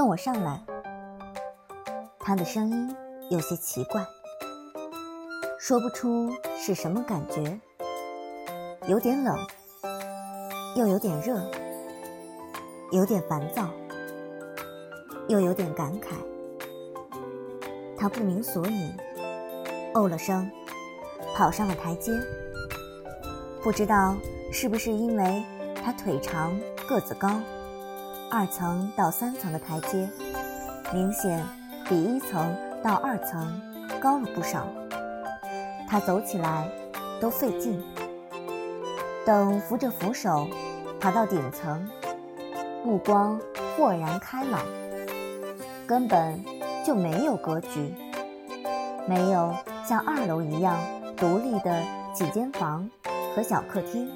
跟我上来。他的声音有些奇怪，说不出是什么感觉，有点冷，又有点热，有点烦躁，又有点感慨。他不明所以，哦了声，跑上了台阶。不知道是不是因为他腿长个子高，2层到3层的台阶明显比1层到2层高了不少，他走起来都费劲。等扶着扶手爬到顶层，目光豁然开朗，根本就没有格局，没有像2楼一样独立的几间房和小客厅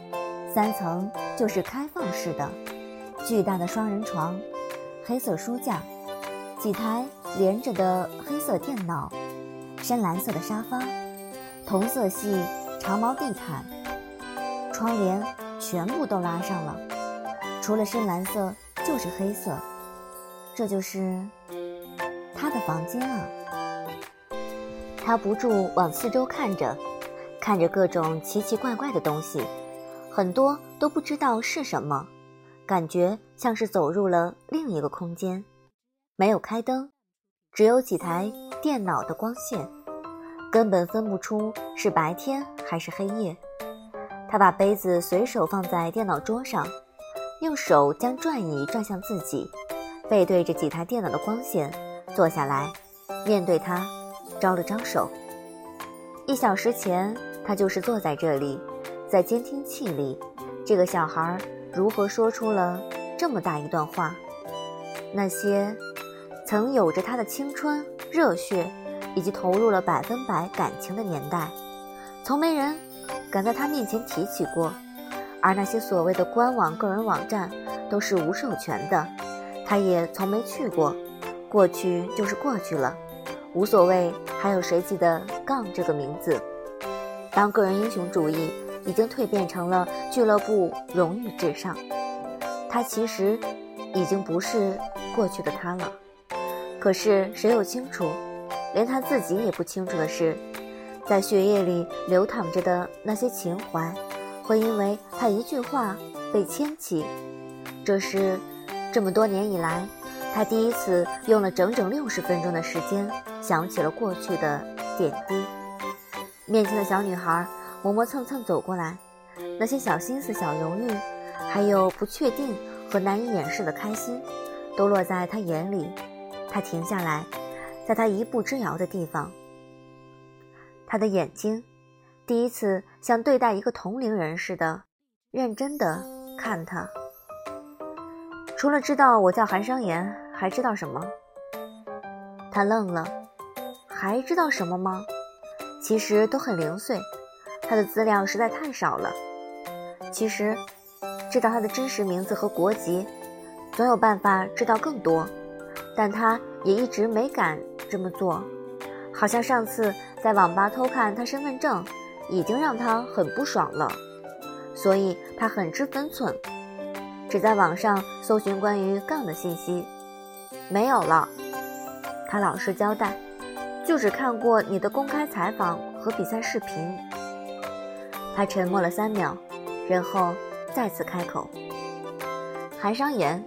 ，3层就是开放式的，巨大的双人床，黑色书架，几台连着的黑色电脑，深蓝色的沙发，同色系长毛地毯，窗帘全部都拉上了，除了深蓝色就是黑色。这就是他的房间啊。他不住往四周看着各种奇奇怪怪的东西，很多都不知道是什么，感觉像是走入了另一个空间。没有开灯，只有几台电脑的光线，根本分不出是白天还是黑夜。他把杯子随手放在电脑桌上，用手将转椅转向自己，背对着几台电脑的光线坐下来，面对他招了招手。1小时前他就是坐在这里，在监听器里，这个小孩如何说出了这么大一段话？那些曾有着他的青春、热血以及投入了100%感情的年代，从没人敢在他面前提起过。而那些所谓的官网、个人网站都是无授权的，他也从没去过。过去就是过去了，无所谓还有谁记得杠这个名字。当个人英雄主义已经蜕变成了俱乐部荣誉至上，他其实已经不是过去的他了。可是谁又清楚，连他自己也不清楚的是，在血液里流淌着的那些情怀，会因为他一句话被牵起。这是这么多年以来，他第一次用了整整60分钟的时间想起了过去的点滴。面前的小女孩磨磨蹭蹭走过来，那些小心思、小犹豫，还有不确定和难以掩饰的开心，都落在他眼里。他停下来，在他一步之遥的地方，他的眼睛第一次像对待一个同龄人似的认真地看他。除了知道我叫韩商言，还知道什么？他愣了，还知道什么吗？其实都很零碎，他的资料实在太少了。其实知道他的真实名字和国籍，总有办法知道更多，但他也一直没敢这么做。好像上次在网吧偷看他身份证已经让他很不爽了，所以他很知分寸，只在网上搜寻关于杠的信息。没有了，他老实交代，就只看过你的公开采访和比赛视频。他沉默了3秒，然后再次开口。韩商言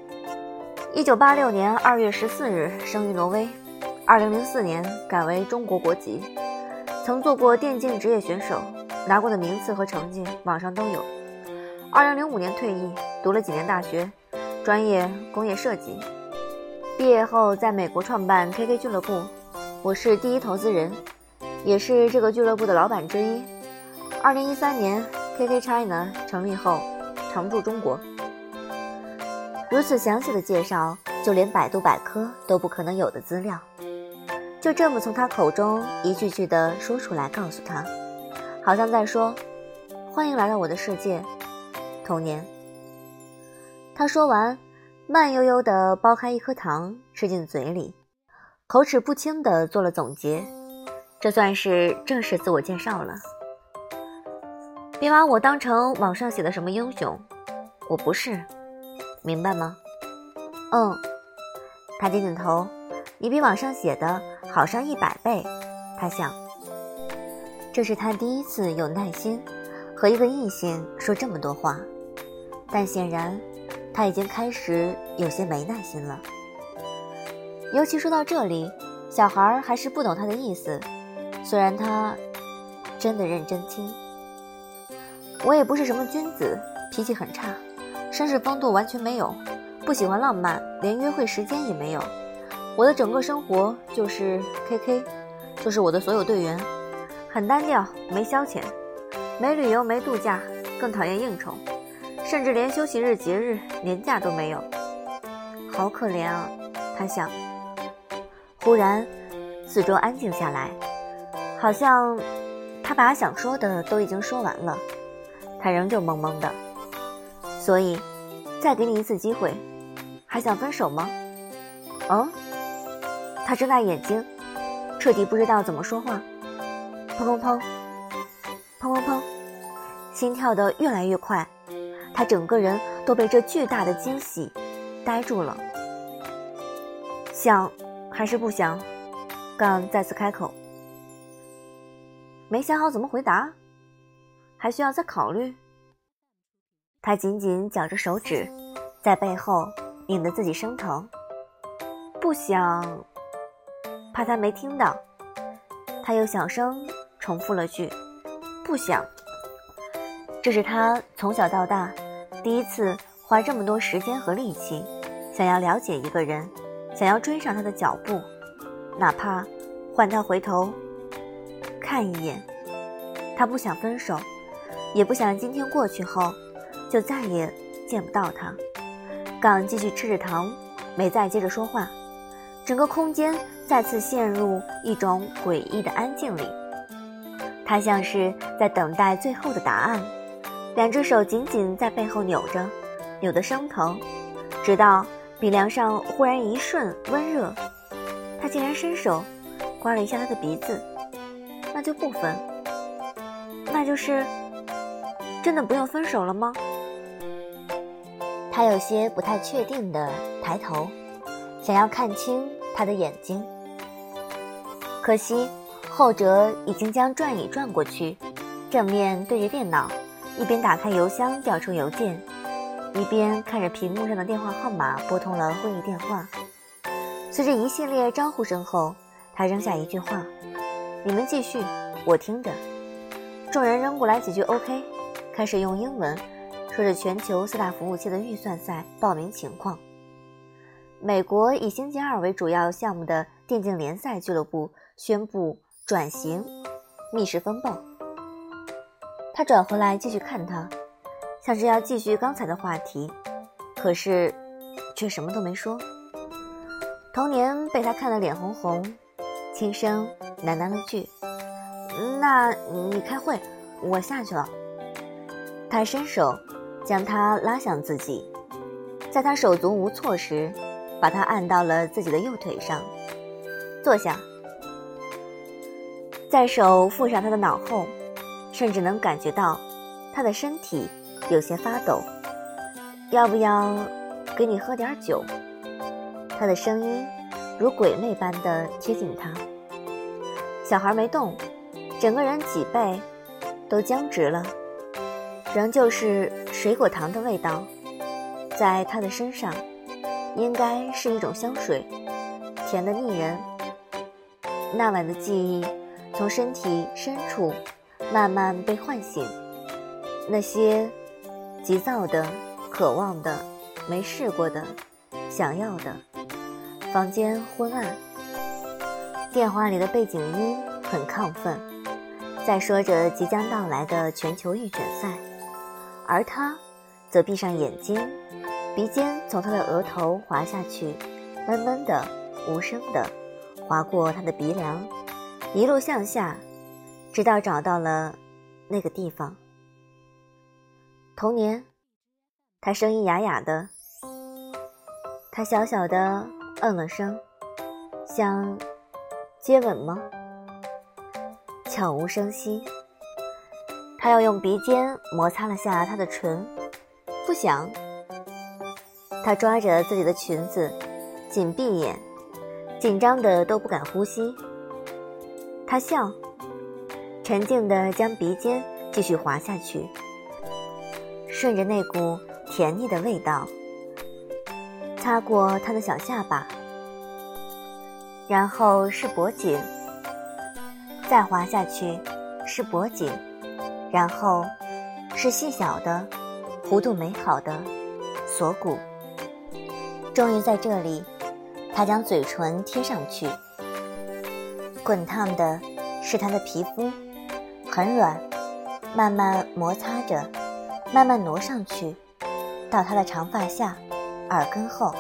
，1986年2月14日生于挪威，2004年改为中国国籍，曾做过电竞职业选手，拿过的名次和成绩网上都有。2005年退役，读了几年大学，专业工业设计。毕业后在美国创办 KK 俱乐部，我是第一投资人，也是这个俱乐部的老板之一。2013年 KK China 成立后常驻中国。如此详细的介绍，就连百度百科都不可能有的资料，就这么从他口中一句句地说出来，告诉他，好像在说，欢迎来到我的世界，童年。他说完，慢悠悠地剥开一颗糖吃进嘴里，口齿不清地做了总结，这算是正式自我介绍了。别把我当成网上写的什么英雄，我不是，明白吗？ 他点点头，你比网上写的好上100倍。他想，这是他第一次有耐心和一个异性说这么多话，但显然他已经开始有些没耐心了。尤其说到这里，小孩还是不懂他的意思，虽然他真的认真听。我也不是什么君子，脾气很差，绅士风度完全没有，不喜欢浪漫，连约会时间也没有。我的整个生活就是 KK， 就是我的所有队员，很单调，没消遣，没旅游，没度假，更讨厌应酬，甚至连休息日、节日、年假都没有。好可怜啊，他想。忽然四周安静下来，好像他把想说的都已经说完了，他仍旧懵懵的。所以再给你一次机会，还想分手吗？他睁大眼睛，彻底不知道怎么说话。砰砰砰，砰砰砰，心跳得越来越快，他整个人都被这巨大的惊喜呆住了。想还是不想？刚再次开口。没想好怎么回答，还需要再考虑。他紧紧绞着手指，在背后拧得自己生疼。不想，怕他没听到，他又小声重复了句不想。这是他从小到大第一次花这么多时间和力气，想要了解一个人，想要追上他的脚步，哪怕换他回头看一眼。他不想分手，也不想今天过去后就再也见不到他。杠继续吃着糖，没再接着说话。整个空间再次陷入一种诡异的安静里，他像是在等待最后的答案，两只手紧紧在背后扭着，扭得生疼，直到鼻梁上忽然一瞬温热，他竟然伸手刮了一下他的鼻子。那就不分，那就是真的不用分手了吗？他有些不太确定地抬头，想要看清他的眼睛，可惜后者已经将转椅转过去，正面对着电脑，一边打开邮箱调出邮件，一边看着屏幕上的电话号码拨通了会议电话。随着一系列招呼声后，他扔下一句话：你们继续，我听着。众人扔过来几句 OK， 开始用英文说着全球4大服务器的预算赛报名情况。美国以星期2为主要项目的电竞联赛俱乐部宣布转型，密室风暴。他转回来继续看他，像是要继续刚才的话题，可是却什么都没说。童年被他看得脸红红，轻声喃喃了句：那你开会，我下去了。他伸手将他拉向自己，在他手足无措时把他按到了自己的右腿上。坐下。在手附上他的脑后，甚至能感觉到他的身体有些发抖。要不要给你喝点酒？他的声音如鬼魅般的贴近他。小孩没动，整个人脊背都僵直了，仍旧是水果糖的味道，在他的身上应该是一种香水，甜得腻人。那晚的记忆从身体深处慢慢被唤醒，那些急躁的、渴望的、没试过的、想要的。房间昏暗，电话里的背景音很亢奋，在说着即将到来的全球预选赛，而他则闭上眼睛，鼻尖从他的额头滑下去，闷闷的、无声的划过他的鼻梁，一路向下，直到找到了那个地方。童年，他声音哑哑的，他小小的嗯了声，想接吻吗？悄无声息。他要用鼻尖摩擦了下他的唇，不想。他抓着自己的裙子， 紧闭眼，紧张的都不敢呼吸。他笑，沉静地将鼻尖继续滑下去，顺着那股甜腻的味道擦过他的小下巴，然后是脖颈，再滑下去是脖颈，然后是细小的弧度美好的锁骨。终于在这里，他将嘴唇贴上去，滚烫的是他的皮肤，很软，慢慢摩擦着，慢慢挪上去，到他的长发下，耳根后。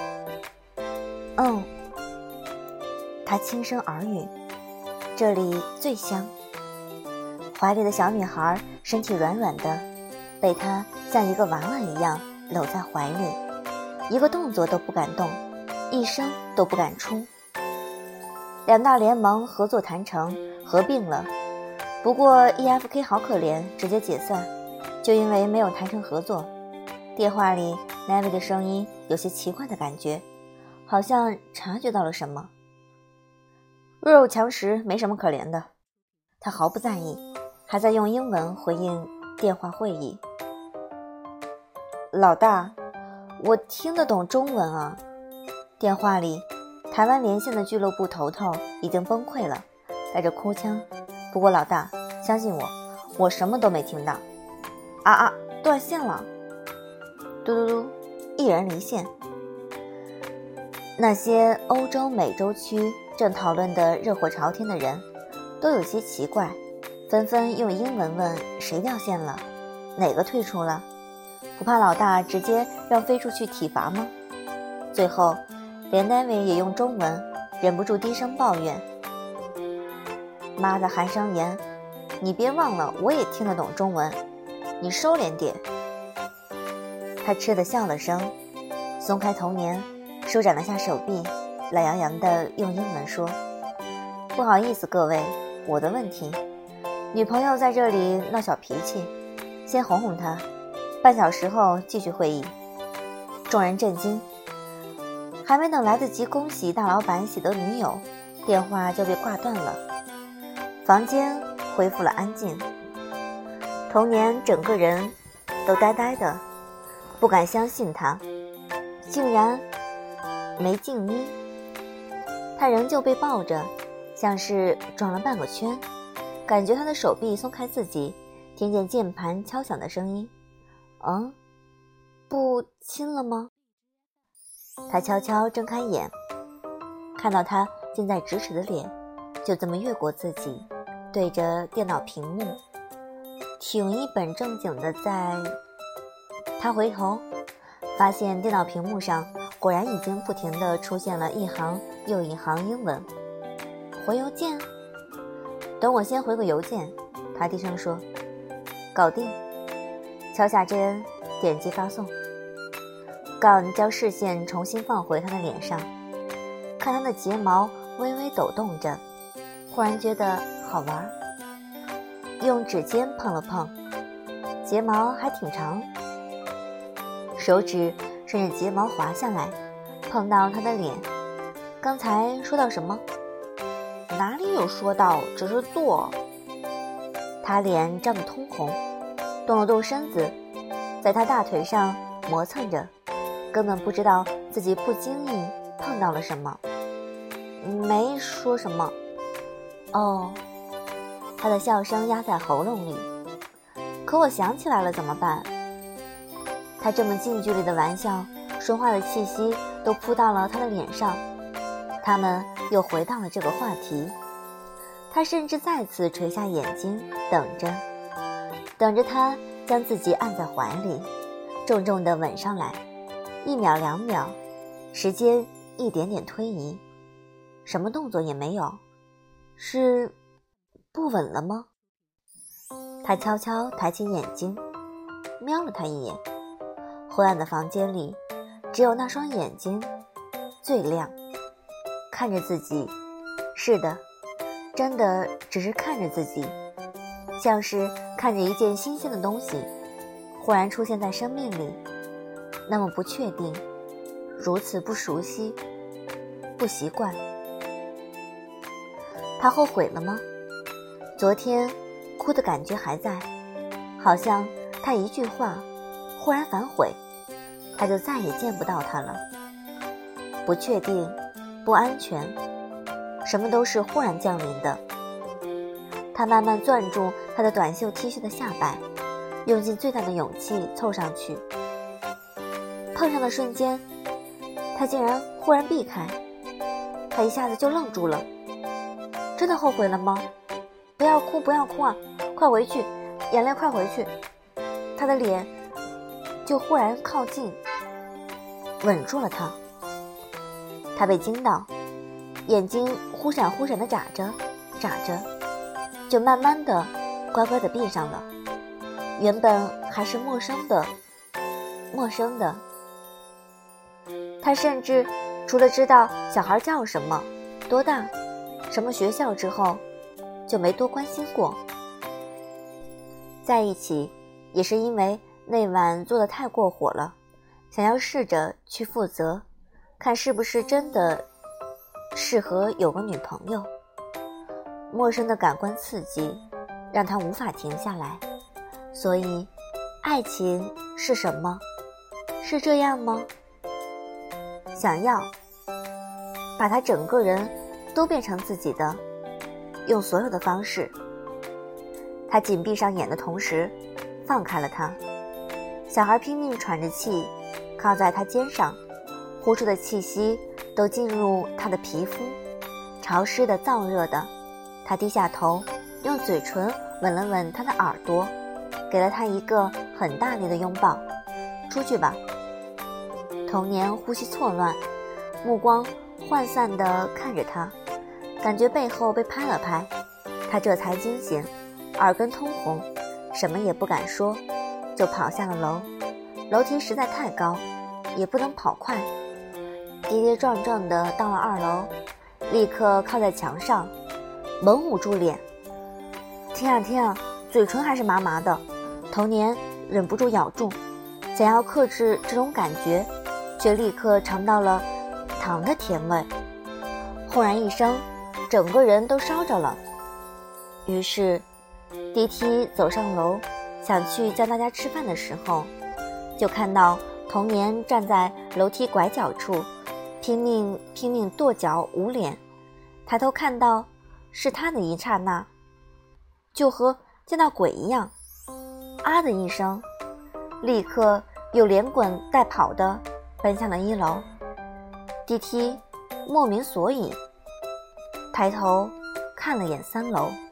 他轻声耳语，这里最香。怀里的小女孩身体软软的，被他像一个娃娃一样搂在怀里，一个动作都不敢动，一声都不敢出。两大联盟合作谈成，合并了，不过 EFK 好可怜，直接解散，就因为没有谈成合作。电话里 Navy 的声音有些奇怪的感觉，好像察觉到了什么。弱肉强食没什么可怜的，他毫不在意，还在用英文回应电话会议。老大，我听得懂中文啊。电话里台湾连线的俱乐部头头已经崩溃了，带着哭腔。不过老大，相信我，我什么都没听到。断线了。嘟嘟嘟，一人离线。那些欧洲美洲区正讨论的热火朝天的人都有些奇怪，纷纷用英文问谁掉线了，哪个退出了，不怕老大直接让飞出去体罚吗？最后连 Navy 也用中文忍不住低声抱怨，妈的韩商言，你别忘了我也听得懂中文，你收敛点。他嗤地笑了声，松开头帘，舒展了下手臂，懒洋洋地用英文说，不好意思各位，我的问题，女朋友在这里闹小脾气，先哄哄她，半小时后继续会议。众人震惊，还没等来得及恭喜大老板喜得女友，电话就被挂断了。房间恢复了安静，童年整个人都呆呆的，不敢相信他竟然没静音。他仍旧被抱着，像是转了半个圈，感觉他的手臂松开自己，听见键盘敲响的声音。不亲了吗？他悄悄睁开眼，看到他近在咫尺的脸，就这么越过自己，对着电脑屏幕，挺一本正经的在。他回头发现电脑屏幕上果然已经不停地出现了一行又一行英文。回邮件？等我先回个邮件，他低声说。搞定。敲下针，点击发送。Gun 将视线重新放回他的脸上，看他的睫毛微微抖动着，忽然觉得好玩，用指尖碰了碰，睫毛还挺长，手指顺着睫毛滑下来，碰到他的脸。刚才说到什么？哪里有说到，只是做。他脸涨得通红，动了动身子，在他大腿上磨蹭着，根本不知道自己不经意碰到了什么。没说什么。他的笑声压在喉咙里。可我想起来了怎么办？他这么近距离的玩笑，说话的气息都扑到了他的脸上，他们又回到了这个话题。他甚至再次垂下眼睛，等着他将自己按在怀里，重重地吻上来。1秒2秒，时间一点点推移，什么动作也没有。是不吻了吗？他悄悄抬起眼睛，瞄了他一眼。灰暗的房间里，只有那双眼睛最亮，看着自己。是的，真的只是看着自己，像是看着一件新鲜的东西，忽然出现在生命里，那么不确定，如此不熟悉， 不习惯。他后悔了吗？昨天哭的感觉还在，好像他一句话忽然反悔，他就再也见不到他了。不确定，不安全，什么都是忽然降临的。他慢慢攥住他的短袖 T 恤的下摆，用尽最大的勇气凑上去。碰上的瞬间，他竟然忽然避开，他一下子就愣住了。真的后悔了吗？不要哭，不要哭啊，快回去，眼泪快回去。他的脸就忽然靠近，吻住了他。他被惊到，眼睛忽闪忽闪地眨着，就慢慢的乖乖地闭上了。原本还是陌生的。他甚至除了知道小孩叫什么、多大、什么学校之后，就没多关心过。在一起也是因为那晚做得太过火了，想要试着去负责，看是不是真的适合有个女朋友。陌生的感官刺激让他无法停下来，所以爱情是什么？是这样吗？想要把他整个人都变成自己的，用所有的方式。他紧闭上眼的同时放开了他。小孩拼命喘着气靠在他肩上，呼出的气息都进入他的皮肤，潮湿的燥热的。他低下头，用嘴唇吻了吻他的耳朵，给了他一个很大力的拥抱。出去吧。童年呼吸错乱，目光涣散地看着他，感觉背后被拍了拍，他这才惊醒，耳根通红，什么也不敢说，就跑下了楼。楼梯实在太高，也不能跑快，跌跌撞撞地到了2楼，立刻靠在墙上，猛捂住脸。天啊，嘴唇还是麻麻的。童年忍不住咬住，想要克制这种感觉，却立刻尝到了糖的甜味。轰然一声，整个人都烧着了。于是低梯走上楼，想去叫大家吃饭的时候，就看到童年站在楼梯拐角处，拼命跺脚捂脸。抬头看到是他的一刹那，就和见到鬼一样，啊的一声，立刻又连滚带跑的奔向了1楼。低梯莫名所以，抬头看了眼3楼。